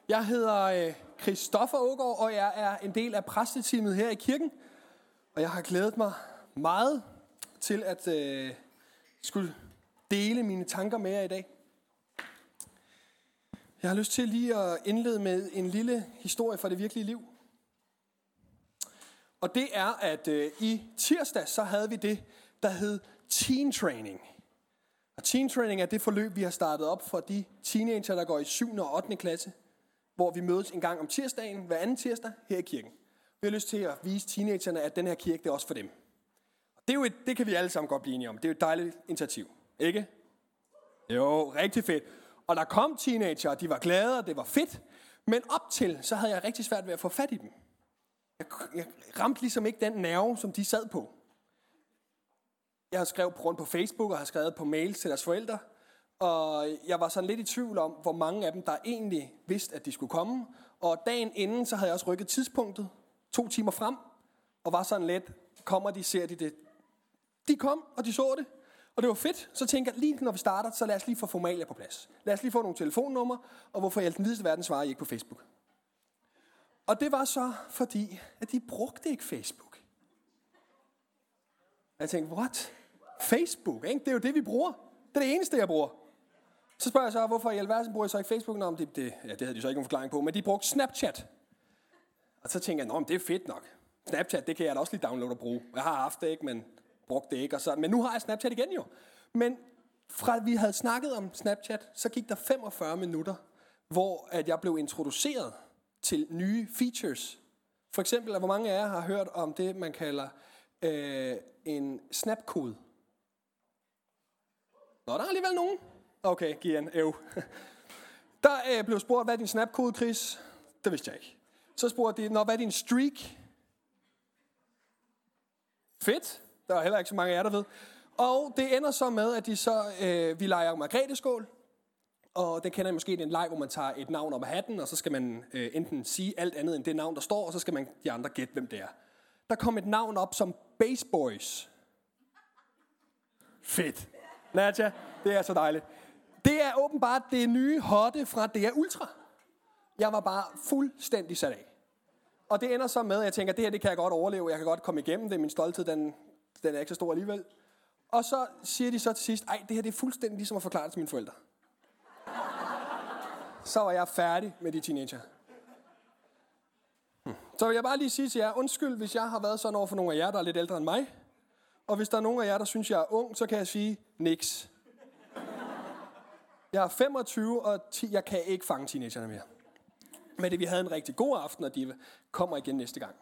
Jeg hedder Christoffer Aagaard, og jeg er en del af præsteteamet her i kirken. Og jeg har glædet mig meget til at skulle dele mine tanker med jer i dag. Jeg har lyst til lige at indlede med en lille historie fra det virkelige liv. Og det er, at i tirsdag så havde vi det, der hed Teen Training. Og Teen Training er det forløb, vi har startet op for de teenager, der går i 7. og 8. klasse, hvor vi mødes en gang om tirsdagen, hver anden tirsdag, her i kirken. Vi har lyst til at vise teenagerne, at den her kirke, det er også for dem. Det kan vi alle sammen godt blive enige om. Det er jo et dejligt initiativ, ikke? Jo, rigtig fedt. Og der kom teenager, og de var glade, og det var fedt. Men op til, så havde jeg rigtig svært ved at få fat i dem. Jeg ramte ligesom ikke den nerve, som de sad på. Jeg har skrevet rundt på Facebook, og har skrevet på mails til deres forældre. Og jeg var sådan lidt i tvivl om, hvor mange af dem, der egentlig vidste, at de skulle komme. Og dagen inden, så havde jeg også rykket tidspunktet 2 timer frem. Og var sådan lidt, kommer de, ser de det? De kom, og de så det. Og det var fedt. Så tænker jeg, lige når vi starter, så lad os lige få formalia på plads. Lad os lige få nogle telefonnumre, og hvorfor i al den videste verden svarer I ikke på Facebook. Og det var så fordi, at de brugte ikke Facebook. Jeg tænkte, what? Facebook, ikke? Det er jo det, vi bruger. Det er det eneste, jeg bruger. Så spørger jeg så, hvorfor i alverden bruger jeg så ikke Facebook? Nå, det havde de så ikke nogen forklaring på, men de brugte Snapchat. Og så tænker jeg, det er fedt nok. Snapchat, det kan jeg da også lige downloade og bruge. Jeg har haft det ikke, men brugt det ikke. Og så. Men nu har jeg Snapchat igen jo. Men fra vi havde snakket om Snapchat, så gik der 45 minutter, hvor at jeg blev introduceret til nye features. For eksempel, hvor mange af jer har hørt om det, man kalder en snapkode. Nå, der er alligevel nogen. Okay, giv en øv. Der blev spurgt, hvad er din snapkode, Chris? Det vidste jeg ikke. Så spurgte de, hvad er din streak? Fedt. Der er heller ikke så mange af jer, der ved. Og det ender så med, at vi leger Margrethe-skål. Og det kender I måske, det er en leg, hvor man tager et navn op af hatten, og så skal man enten sige alt andet end det navn, der står, og så skal de andre gætte, hvem det er. Der kom et navn op som Base Boys. Fedt. Nadja, det er så dejligt. Det er åbenbart det nye hotte fra DR Ultra. Jeg var bare fuldstændig sat af. Og det ender så med, at jeg tænker, det kan jeg godt overleve, jeg kan godt komme igennem det, min stolthed, den er ikke så stor alligevel. Og så siger de så til sidst, det her det er fuldstændig ligesom at forklare det til mine forældre. Så var jeg færdig med de teenager. Så vil jeg bare lige sige til jer, undskyld, hvis jeg har været sådan over for nogle af jer, der er lidt ældre end mig. Og hvis der er nogen af jer, der synes, jeg er ung, så kan jeg sige, niks. Jeg er 25, og jeg kan ikke fange teenagerne mere. Men vi havde en rigtig god aften, og de kommer igen næste gang.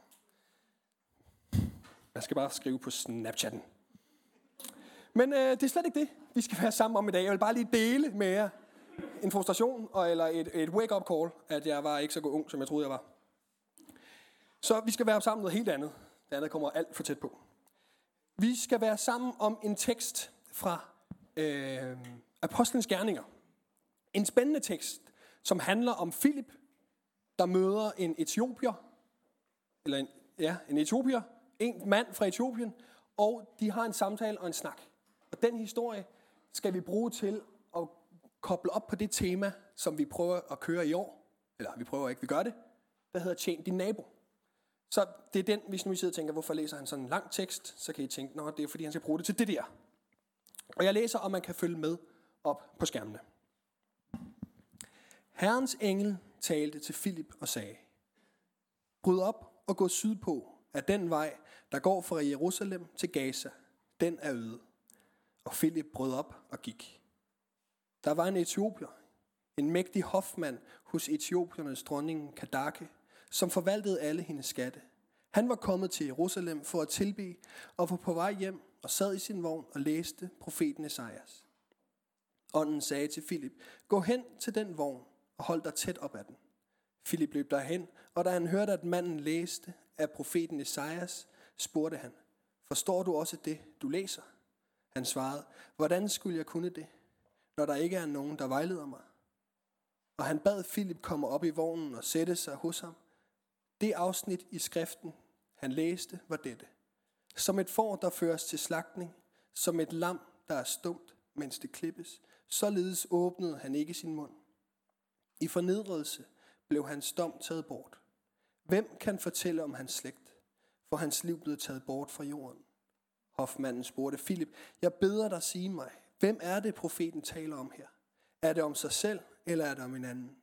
Jeg skal bare skrive på Snapchatten. Men det er slet ikke det, vi skal være sammen om i dag. Jeg vil bare lige dele med jer en frustration, eller et wake-up call, at jeg var ikke så ung, som jeg troede, jeg var. Så vi skal være sammen noget helt andet. Det andet kommer alt for tæt på. Vi skal være sammen om en tekst fra Apostlenes Gerninger. En spændende tekst, som handler om Filip, der møder en etiopier, en mand fra Etiopien, og de har en samtale og en snak. Og den historie skal vi bruge til at koble op på det tema, som vi prøver at køre i år. Eller vi prøver ikke, vi gør det. Der hedder Tjen din nabo. Så det er den, hvis nu I sidder og tænker, hvorfor læser han sådan en lang tekst, så kan I tænke, det er fordi han skal bruge det til det der. Og jeg læser, og man kan følge med op på skærmene. Herrens engel talte til Filip og sagde, bryd op og gå sydpå af den vej, der går fra Jerusalem til Gaza. Den er øde. Og Filip brød op og gik. Der var en etiopier, en mægtig hofmand hos etiopiernes dronning Kadake, som forvaltede alle hendes skatte. Han var kommet til Jerusalem for at tilbede, og var på vej hjem og sad i sin vogn og læste profeten Esajas. Ånden sagde til Filip, gå hen til den vogn og hold dig tæt op ad den. Filip løb derhen, og da han hørte, at manden læste af profeten Esajas, spurgte han, forstår du også det, du læser? Han svarede, hvordan skulle jeg kunne det, når der ikke er nogen, der vejleder mig? Og han bad Filip komme op i vognen og sætte sig hos ham. Det afsnit i skriften, han læste, var dette. Som et får, der føres til slagtning, som et lam, der er stumt, mens det klippes, således åbnede han ikke sin mund. I fornedrelse blev hans dom taget bort. Hvem kan fortælle om hans slægt, for hans liv blev taget bort fra jorden? Hofmanden spurgte Filip, jeg beder dig sige mig, hvem er det, profeten taler om her? Er det om sig selv, eller er det om en anden?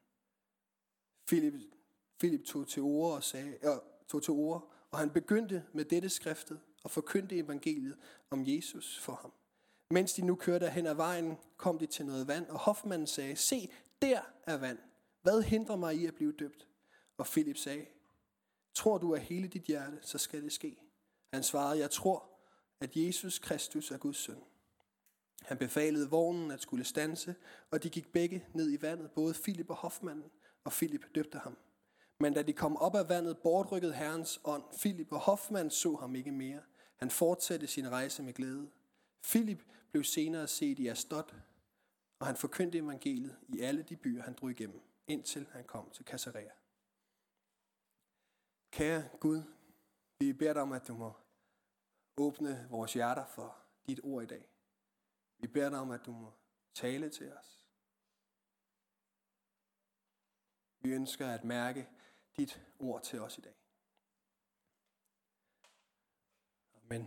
Filip tog til orde, og han begyndte med dette skriftet og forkyndte evangeliet om Jesus for ham. Mens de nu kørte hen ad vejen, kom de til noget vand, og hofmanden sagde, se, der er vand. Hvad hindrer mig i at blive døbt? Og Filip sagde, tror du af hele dit hjerte, så skal det ske. Han svarede, jeg tror, at Jesus Kristus er Guds søn. Han befalede vognen at skulle standse, og de gik begge ned i vandet, både Filip og hofmanden, og Filip døbte ham. Men da de kom op af vandet, bortrykkede Herrens ånd. Filip og hofmanden så ham ikke mere. Han fortsatte sin rejse med glæde. Filip blev senere set i Asdod, og han forkyndte evangeliet i alle de byer, han drog igennem, indtil han kom til Caesarea. Kære Gud, vi beder dig om, at du må åbne vores hjerter for dit ord i dag. Vi beder dig om, at du må tale til os. Vi ønsker at mærke dit ord til os i dag. Amen.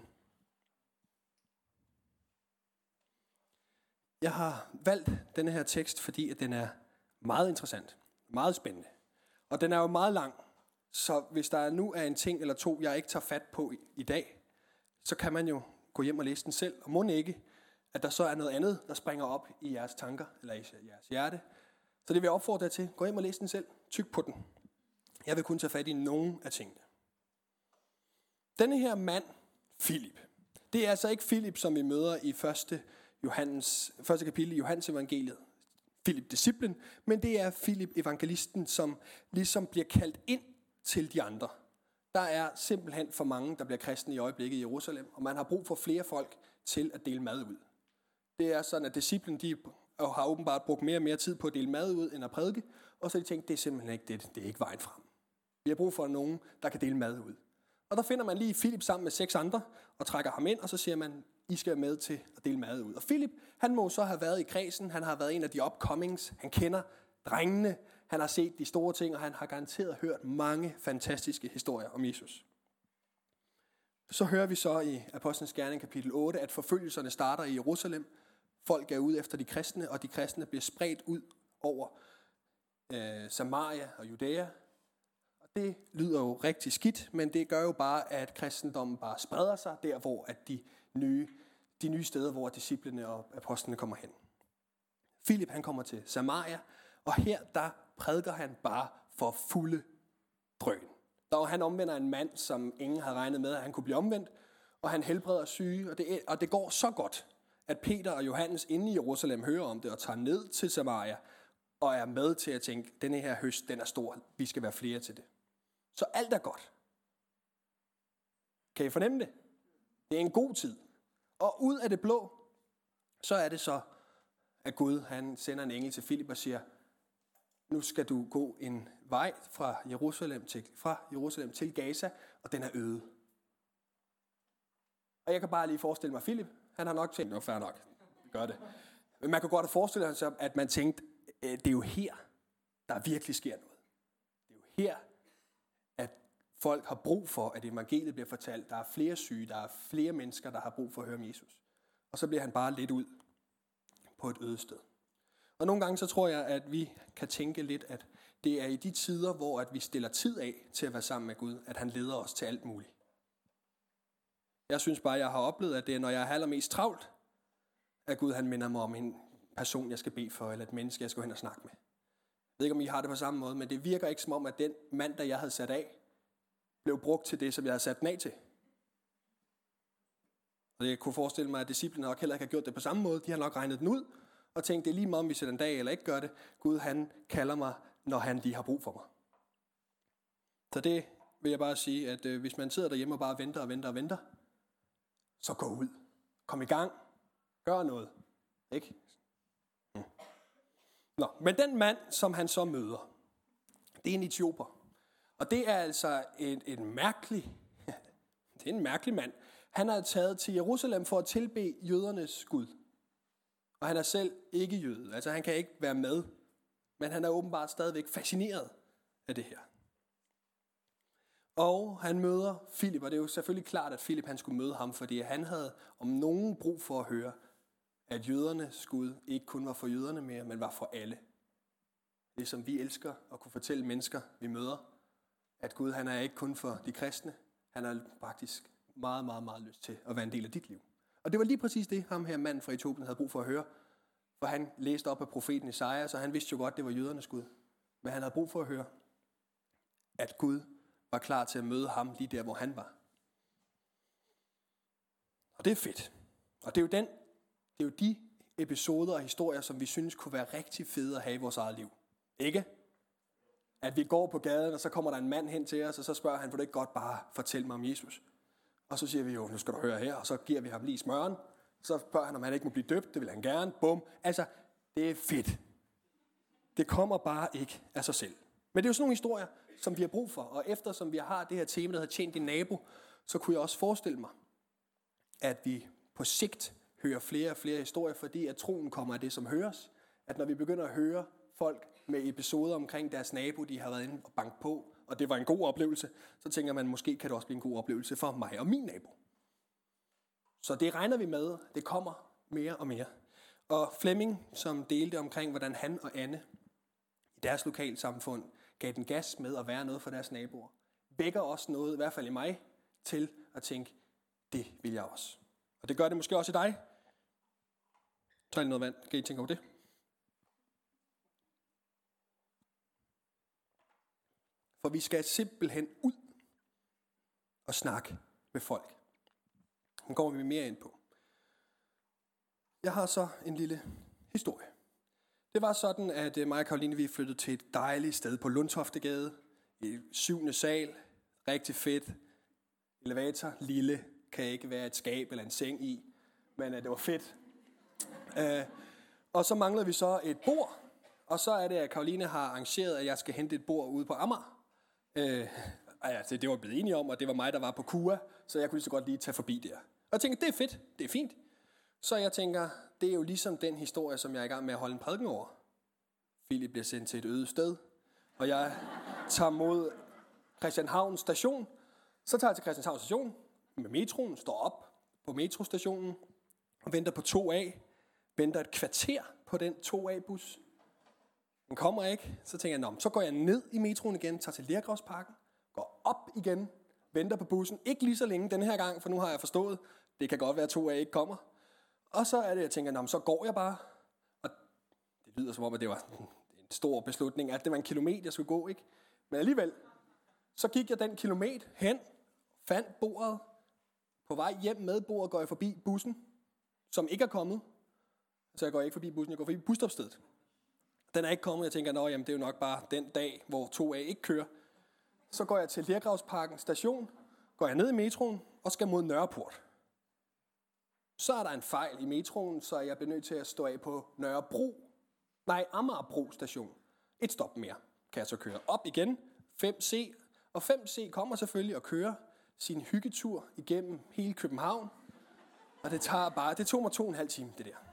Jeg har valgt denne her tekst, fordi at den er meget interessant, meget spændende. Og den er jo meget lang, så hvis der nu er en ting eller to, jeg ikke tager fat på i dag, så kan man jo gå hjem og læse den selv. Og må ikke, at der så er noget andet, der springer op i jeres tanker eller i jeres hjerte. Så det vil jeg opfordre jer til. Gå hjem og læs den selv. Tyk på den. Jeg vil kun tage fat i nogle af tingene. Denne her mand, Filip, det er altså ikke Filip, som vi møder i første kapitel i Johannes evangeliet. Filip disciplen, men det er Filip evangelisten, som ligesom bliver kaldt ind til de andre. Der er simpelthen for mange, der bliver kristne i øjeblikket i Jerusalem, og man har brug for flere folk til at dele mad ud. Det er sådan, at disciplen de har åbenbart brugt mere og mere tid på at dele mad ud, end at prædike, og så har de tænkt, det er simpelthen ikke det er ikke vejen frem. Vi har brug for nogen, der kan dele mad ud. Og der finder man lige Filip sammen med 6 andre, og trækker ham ind, og så siger man, I skal være med til at dele mad ud. Og Filip, han må så have været i kredsen, han har været en af de upcomings, han kender drengene, han har set de store ting, og han har garanteret hørt mange fantastiske historier om Jesus. Så hører vi så i Apostlenes Gerning kapitel 8, at forfølgelserne starter i Jerusalem. Folk er ude efter de kristne, og de kristne bliver spredt ud over Samaria og Judæa. Og det lyder jo rigtig skidt, men det gør jo bare, at kristendommen bare spreder sig der, hvor at de nye steder, hvor disciplene og apostlene kommer hen. Filip han kommer til Samaria, og her der prædiker han bare for fulde drøn. Der han omvender en mand, som ingen havde regnet med, at han kunne blive omvendt, og han helbreder syge, og det går så godt, at Peter og Johannes inde i Jerusalem hører om det og tager ned til Samaria, og er med til at tænke, denne her høst, den er stor, vi skal være flere til det. Så alt er godt. Kan I fornemme det? Det er en god tid. Og ud af det blå, så er det så, at Gud han sender en engel til Filip og siger, nu skal du gå en vej fra Jerusalem til Gaza, og den er øde. Og jeg kan bare lige forestille mig, Filip, han har nok tænkt, fair nok, gør det. Men man kan godt forestille sig, at man tænkte, det er jo her, der virkelig sker noget. Det er jo her, at folk har brug for, at evangeliet bliver fortalt. Der er flere syge, der er flere mennesker, der har brug for at høre om Jesus. Og så bliver han bare lidt ud på et øde sted. Og nogle gange så tror jeg, at vi kan tænke lidt, at det er i de tider, hvor at vi stiller tid af til at være sammen med Gud, at han leder os til alt muligt. Jeg synes bare, jeg har oplevet, at det er, når jeg er allermest travlt, at Gud han minder mig om en person, jeg skal bede for, eller et menneske, jeg skal hen og snakke med. Jeg ved ikke, om I har det på samme måde, men det virker ikke som om, at den mand, der jeg havde sat af, blev brugt til det, som jeg havde sat den af til. Og jeg kunne forestille mig, at disciplene nok heller ikke har gjort det på samme måde. De har nok regnet den ud, og tænkt, det er lige meget, om vi sætter en dag eller ikke gør det. Gud, han kalder mig, når han lige har brug for mig. Så det vil jeg bare sige, at hvis man sidder derhjemme og bare venter, så gå ud. Kom i gang. Gør noget. Ikke? Nå, men den mand, som han så møder, det er en etioper. Og det er altså en mærkelig mand. Han er taget til Jerusalem for at tilbede jødernes Gud. Og han er selv ikke jøde, altså han kan ikke være med. Men han er åbenbart stadigvæk fascineret af det her. Og han møder Filip, og det er jo selvfølgelig klart, at Filip han skulle møde ham, fordi han havde om nogen brug for at høre, at jødernes Gud ikke kun var for jøderne mere, men var for alle. Det som vi elsker at kunne fortælle mennesker, vi møder, at Gud han er ikke kun for de kristne, han har faktisk meget, meget, meget lyst til at være en del af dit liv. Og det var lige præcis det, ham her mand fra Etiopien havde brug for at høre, for han læste op af profeten Esaja, så han vidste jo godt, det var jødernes Gud. Men han havde brug for at høre, at Gud var klar til at møde ham lige der, hvor han var. Og det er fedt. Og det er jo de episoder og historier, som vi synes kunne være rigtig fede at have i vores eget liv. Ikke? At vi går på gaden, og så kommer der en mand hen til os, og så spørger han, vil du ikke godt bare fortælle mig om Jesus? Og så siger vi jo, nu skal du høre her, og så giver vi ham lige smøren. Så spørger han, om han ikke må blive døbt, det vil han gerne. Bum. Altså, det er fedt. Det kommer bare ikke af sig selv. Men det er jo sådan nogle historier, som vi har brug for. Og eftersom vi har det her tema, der hedder Tjen din nabo, så kunne jeg også forestille mig, at vi på sigt hører flere og flere historier, fordi at troen kommer af det, som høres. At når vi begynder at høre folk med episoder omkring deres nabo, de har været inde og banke på, og det var en god oplevelse, så tænker man, måske kan det også blive en god oplevelse for mig og min nabo. Så det regner vi med, det kommer mere og mere. Og Flemming, som delte omkring, hvordan han og Anne i deres lokalsamfund gav den gas med at være noget for deres naboer, vækker også noget, i hvert fald i mig, til at tænke, det vil jeg også. Og det gør det måske også i dig. Tag lige noget vand. Kan I tænke over det? For vi skal simpelthen ud og snakke med folk. Den kommer vi mere ind på. Jeg har så en lille historie. Det var sådan, at mig og Karoline, vi flyttede til et dejligt sted på Lundtoftegade, i 7. sal, rigtig fedt, elevator, lille, kan ikke være et skab eller en seng i, men det var fedt. Og så manglede vi så et bord, og så er det, at Karoline har arrangeret, at jeg skal hente et bord ude på Amager. Altså, det var blevet enige om, og det var mig, der var på KUA, så jeg kunne lige så godt lige tage forbi der. Og jeg tænkte, det er fedt, det er fint. Så jeg tænker, det er jo ligesom den historie, som jeg er i gang med at holde en prædiken over. Philip bliver sendt til et øde sted, og jeg tager mod Christianshavn station. Så tager jeg til Christianshavn station med metroen, står op på metrostationen og venter på 2A. Venter et kvarter på den 2A-bus. Den kommer ikke. Så tænker jeg, så går jeg ned i metroen igen, tager til Lergravsparken, går op igen, venter på bussen. Ikke lige så længe den her gang, for nu har jeg forstået, det kan godt være, at 2A ikke kommer. Og så er det, jeg tænker, så går jeg bare. Og det lyder som om, at det var en stor beslutning, at det var en kilometer, jeg skulle gå, ikke? Men alligevel, så gik jeg den kilometer hen, fandt bordet. På vej hjem med bordet går jeg forbi bussen, som ikke er kommet. Så jeg går ikke forbi bussen, jeg går forbi busstopstedet. Den er ikke kommet, jeg tænker, det er jo nok bare den dag, hvor 2A ikke kører. Så går jeg til Lergravsparken station, går jeg ned i metroen og skal mod Nørreport. Så er der en fejl i metroen, så jeg bliver nødt til at stå af på Amagerbro station. Et stop mere kan jeg så køre op igen, 5C. Og 5C kommer selvfølgelig og kører sin hyggetur igennem hele København. Og det tog mig 2,5 timer, det der.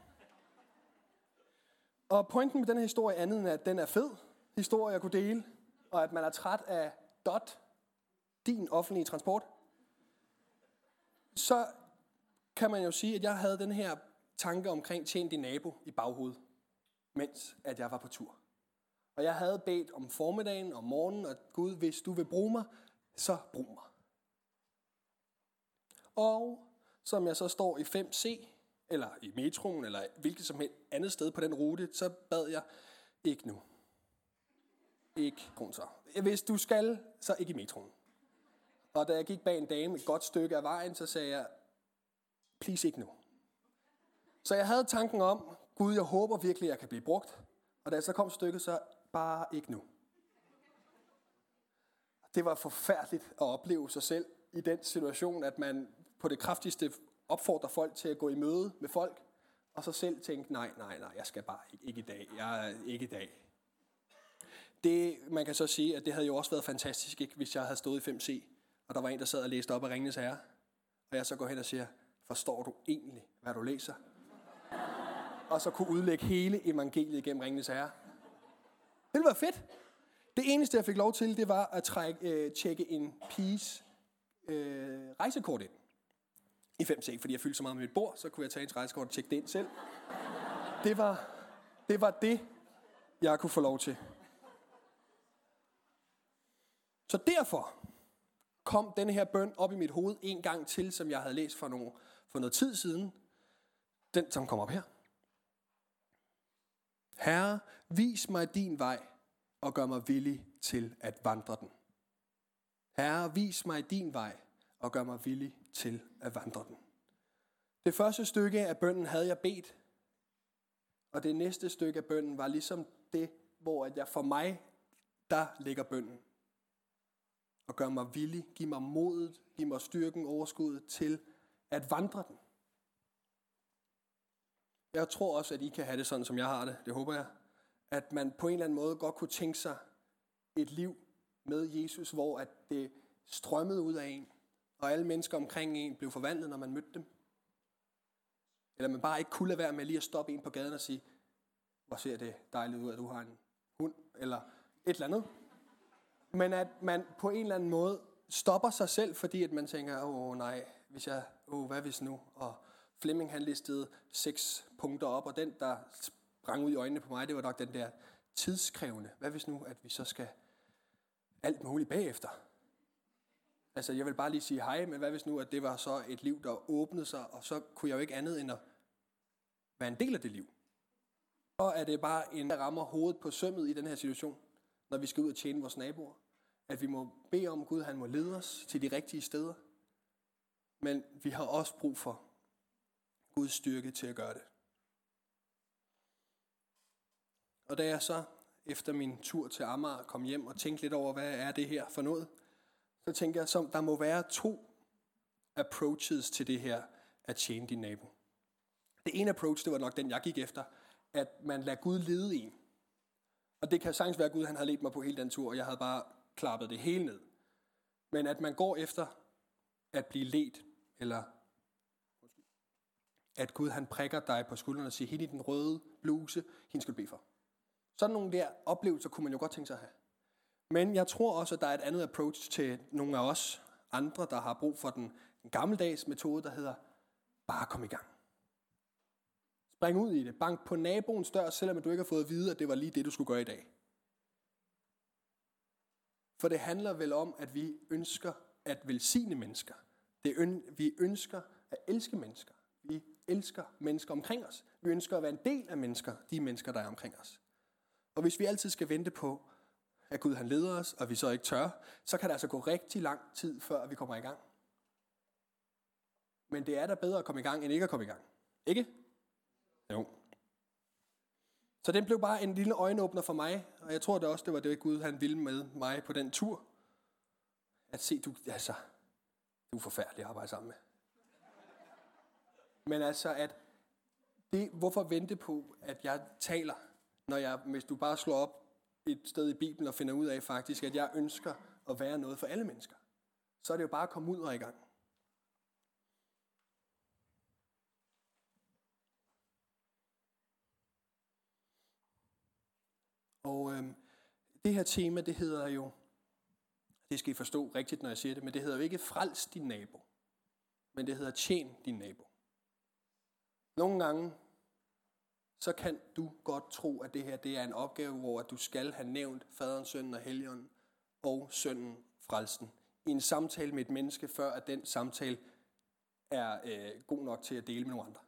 Og pointen med den her historie andet end, at den er fed historie, jeg kunne dele, og at man er træt af din offentlige transport, så kan man jo sige, at jeg havde den her tanke omkring tjen din nabo i baghovedet, mens at jeg var på tur. Og jeg havde bedt om formiddagen, om morgenen, at Gud, hvis du vil bruge mig, så brug mig. Og som jeg så står i 5C, eller i metroen, eller hvilket som helst andet sted på den rute, så bad jeg, ikke nu. Ikke kun så. Hvis du skal, så ikke i metroen. Og da jeg gik bag en dame et godt stykke af vejen, så sagde jeg, please ikke nu. Så jeg havde tanken om, Gud, jeg håber virkelig, jeg kan blive brugt. Og da jeg så kom stykket, så bare ikke nu. Det var forfærdeligt at opleve sig selv i den situation, at man på det kraftigste opfordrer folk til at gå i møde med folk, og så selv tænke, nej, jeg skal bare ikke i dag. Ikke i dag. Det, man kan så sige, at det havde jo også været fantastisk, ikke, hvis jeg havde stået i 5C, og der var en, der sad og læste op af Ringenes Herre, og jeg så går hen og siger, forstår du egentlig, hvad du læser? Og så kunne udlægge hele evangeliet gennem Ringenes Herre. Det ville være fedt. Det eneste, jeg fik lov til, det var at tjekke en piges rejsekort ind. I 5C, fordi jeg fyldte så meget med mit bord, så kunne jeg tage en rejsekort og tjekke det ind selv. Det var det, jeg kunne få lov til. Så derfor kom denne her bøn op i mit hoved en gang til, som jeg havde læst for noget tid siden. Den, som kom op her. Herre, vis mig din vej, og gør mig villig til at vandre den. Herre, vis mig din vej, og gør mig villig til at vandre den. Det første stykke af bønnen havde jeg bedt, og det næste stykke af bønnen var ligesom det, hvor at jeg for mig, der ligger bønnen. Og gør mig villig, giv mig modet, giv mig styrken, overskuddet til at vandre den. Jeg tror også, at I kan have det sådan, som jeg har det. Det håber jeg. At man på en eller anden måde godt kunne tænke sig et liv med Jesus, hvor at det strømmede ud af en, og alle mennesker omkring en blev forvandlet, når man mødte dem. Eller man bare ikke kunne lade være med lige at stoppe en på gaden og sige, hvor ser det dejligt ud, at du har en hund, eller et eller andet. Men at man på en eller anden måde stopper sig selv, fordi at man tænker, nej, hvad hvis nu? Og Flemming han listede 6 punkter op, og den, der sprang ud i øjnene på mig, det var nok den der tidskrævende. Hvad hvis nu, at vi så skal alt muligt bagefter? Altså, jeg vil bare lige sige hej, men hvad hvis nu, at det var så et liv, der åbnede sig, og så kunne jeg jo ikke andet end at være en del af det liv. Og er det bare en, der rammer hovedet på sømmet i den her situation, når vi skal ud og tjene vores naboer. At vi må bede om, at Gud han må lede os til de rigtige steder. Men vi har også brug for Guds styrke til at gøre det. Og da jeg så efter min tur til Amager kom hjem og tænkte lidt over, hvad er det her for noget, så tænkte jeg, at der må være 2 approaches til det her at tjene din nabo. Det ene approach, det var nok den, jeg gik efter, at man lader Gud lede en. Og det kan sagtens være, at Gud han har ledt mig på hele den tur, og jeg havde bare klappet det hele ned. Men at man går efter at blive ledt, eller at Gud han prikker dig på skulderen og siger, hende i den røde bluse, hende skal du bede for. Sådan nogle der oplevelser kunne man jo godt tænke sig at have. Men jeg tror også, at der er et andet approach til nogle af os andre, der har brug for den gammeldags metode, der hedder, bare kom i gang. Spring ud i det. Bank på naboens dør, selvom du ikke har fået at vide, at det var lige det, du skulle gøre i dag. For det handler vel om, at vi ønsker at velsigne mennesker. Vi ønsker at elske mennesker. Vi elsker mennesker omkring os. Vi ønsker at være en del af mennesker, de mennesker, der er omkring os. Og hvis vi altid skal vente på, at Gud han leder os, og vi så ikke tør, så kan der altså gå rigtig lang tid, før vi kommer i gang. Men det er da bedre at komme i gang, end ikke at komme i gang. Ikke? Jo. Så den blev bare en lille øjenåbner for mig, og jeg tror det også, det var det Gud han ville med mig på den tur. At se, du er forfærdelig at arbejde sammen med. Men altså, at hvorfor vente på, at jeg taler, hvis du bare slår op et sted i Bibelen og finder ud af faktisk, at jeg ønsker at være noget for alle mennesker. Så er det jo bare at komme ud og i gang. Og det her tema, det hedder jo, det skal I forstå rigtigt, når jeg siger det, men det hedder jo ikke frels din nabo, men det hedder tjen din nabo. Nogle gange, så kan du godt tro, at det her det er en opgave, hvor du skal have nævnt faderen, sønnen og helligånden og sønnen frelsen i en samtale med et menneske, før at den samtale er god nok til at dele med nogle andre.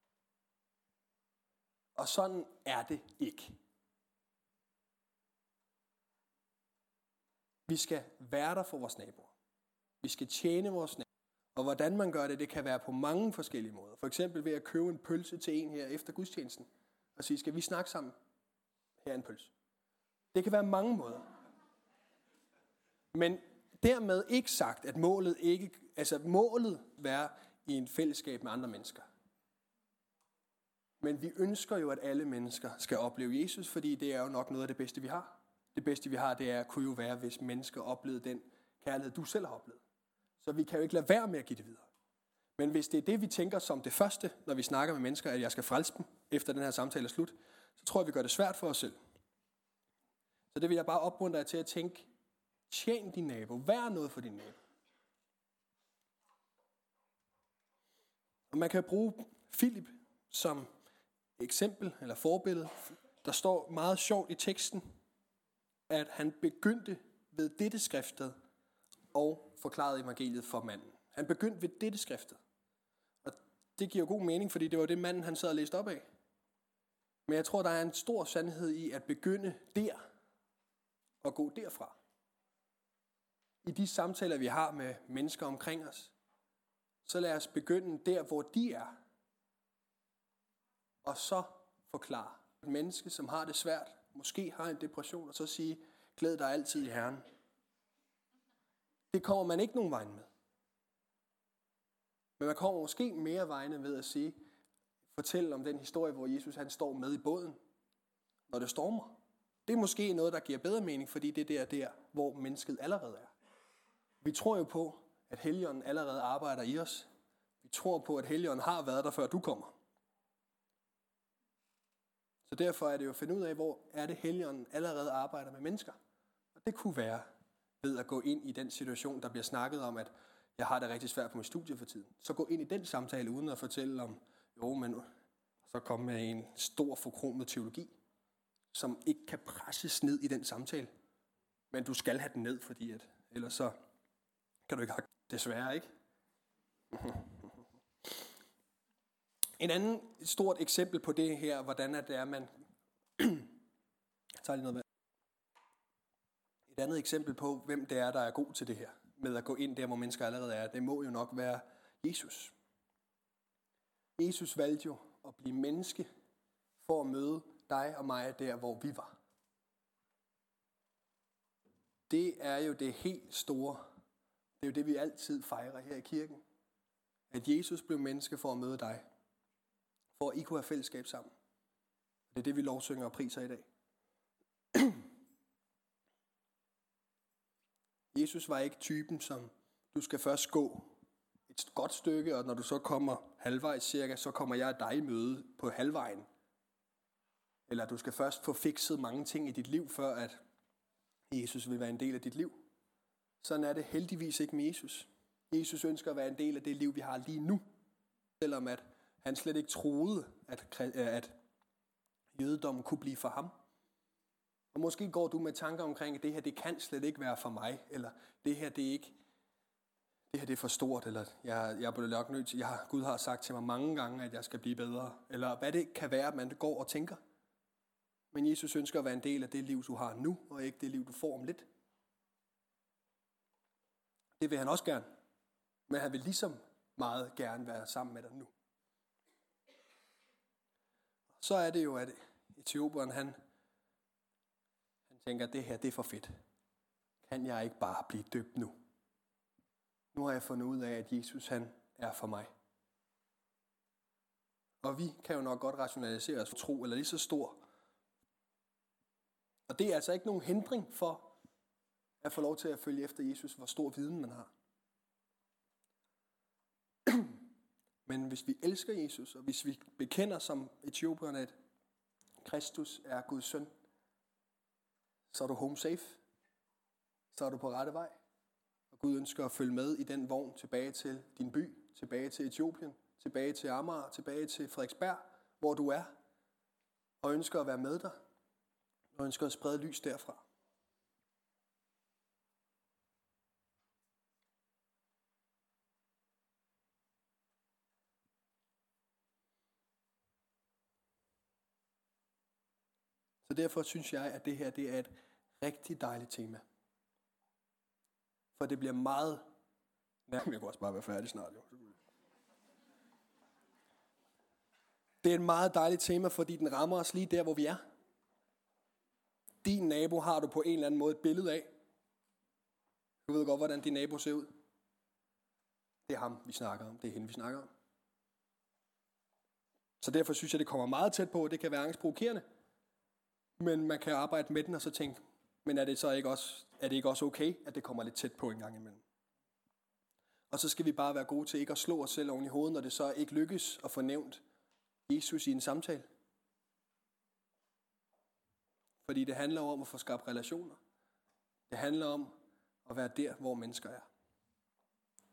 Og sådan er det ikke. Vi skal være der for vores naboer. Vi skal tjene vores naboer. Og hvordan man gør det, det kan være på mange forskellige måder. For eksempel ved at købe en pølse til en her efter gudstjenesten. Og sige, skal vi snakke sammen? Her er en pølse. Det kan være mange måder. Men dermed ikke sagt, at målet være i en fællesskab med andre mennesker. Men vi ønsker jo, at alle mennesker skal opleve Jesus, fordi det er jo nok noget af det bedste, vi har. Det bedste, vi har, det er, kunne jo være, hvis mennesker oplevede den kærlighed, du selv har oplevet. Så vi kan jo ikke lade være med at give det videre. Men hvis det er det, vi tænker som det første, når vi snakker med mennesker, at jeg skal frelse dem, efter den her samtale er slut, så tror jeg, vi gør det svært for os selv. Så det vil jeg bare opmuntre jer til at tænke, tjen din nabo, vær noget for din nabo. Og man kan bruge Filip som eksempel eller forbillede. Der står meget sjovt i teksten, at han begyndte ved dette skriftet og forklarede evangeliet for manden. Han begyndte ved dette skriftet. Og det giver god mening, fordi det var det manden, han sad og læste op af. Men jeg tror, der er en stor sandhed i at begynde der og gå derfra. I de samtaler, vi har med mennesker omkring os, så lad os begynde der, hvor de er. Og så forklare et menneske, som har det svært, måske har en depression, og så sige, glæd dig altid i Herren. Det kommer man ikke nogen vejen med. Men man kommer måske mere vegne ved at sige, fortælle om den historie, hvor Jesus han står med i båden, når det stormer. Det er måske noget, der giver bedre mening, fordi det er der, hvor mennesket allerede er. Vi tror jo på, at Helligånden allerede arbejder i os. Vi tror på, at Helligånden har været der, før du kommer. Så derfor er det jo at finde ud af, hvor er det Helligånden allerede arbejder med mennesker. Og det kunne være ved at gå ind i den situation, der bliver snakket om, at jeg har det rigtig svært på mit studie for tiden. Så gå ind i den samtale, uden at fortælle om, men så komme med en stor forkromet teologi, som ikke kan presses ned i den samtale. Men du skal have den ned, fordi ellers så kan du ikke have desværre, ikke? En anden stort eksempel på det her, hvordan det er, man tager lige noget med. Et andet eksempel på, hvem det er, der er god til det her, med at gå ind der, hvor mennesker allerede er, det må jo nok være Jesus. Jesus valgte jo at blive menneske for at møde dig og mig der, hvor vi var. Det er jo det helt store. Det er jo det, vi altid fejrer her i kirken. At Jesus blev menneske for at møde dig. For at I kunne have fællesskab sammen. Det er det, vi lovsynger og priser i dag. Jesus var ikke typen, som du skal først gå et godt stykke, og når du så kommer halvvejs cirka, så kommer jeg dig i møde på halvvejen. Eller du skal først få fikset mange ting i dit liv, før at Jesus vil være en del af dit liv. Sådan er det heldigvis ikke med Jesus. Jesus ønsker at være en del af det liv, vi har lige nu. Selvom at han slet ikke troede, at jødedommen kunne blive for ham. Og måske går du med tanker omkring, at det her, det kan slet ikke være for mig. Eller det her, det er for stort. Eller jeg bliver nok nødt til, Gud har sagt til mig mange gange, at jeg skal blive bedre. Eller hvad det kan være, at man går og tænker. Men Jesus ønsker at være en del af det liv, du har nu, og ikke det liv, du får om lidt. Det vil han også gerne. Men han vil ligesom meget gerne være sammen med dig nu. Så er det jo, at Etioperen, han tænker, at det her, det er for fedt. Kan jeg ikke bare blive døbt nu? Nu har jeg fundet ud af, at Jesus, han er for mig. Og vi kan jo nok godt rationalisere os for tro, eller lige så stor. Og det er altså ikke nogen hindring for at få lov til at følge efter Jesus, hvor stor viden man har. Men hvis vi elsker Jesus, og hvis vi bekender som etiopierne, at Kristus er Guds søn, så er du home safe. Så er du på rette vej. Og Gud ønsker at følge med i den vogn tilbage til din by, tilbage til Etiopien, tilbage til Amager, tilbage til Frederiksberg, hvor du er, og ønsker at være med dig, og ønsker at sprede lys derfra. Så derfor synes jeg, at det her, det er et rigtig dejligt tema. For det bliver meget... Jeg kan også bare være færdig snart, jo. Det er et meget dejligt tema, fordi den rammer os lige der, hvor vi er. Din nabo har du på en eller anden måde et billede af. Du ved godt, hvordan din nabo ser ud. Det er ham, vi snakker om. Det er hende, vi snakker om. Så derfor synes jeg, det kommer meget tæt på. Det kan være angstprovokerende. Men man kan arbejde med den og så tænke, men er det ikke også okay, at det kommer lidt tæt på en gang imellem? Og så skal vi bare være gode til ikke at slå os selv oven i hovedet, når det så ikke lykkes at få nævnt Jesus i en samtale. Fordi det handler om at få skabt relationer. Det handler om at være der, hvor mennesker er.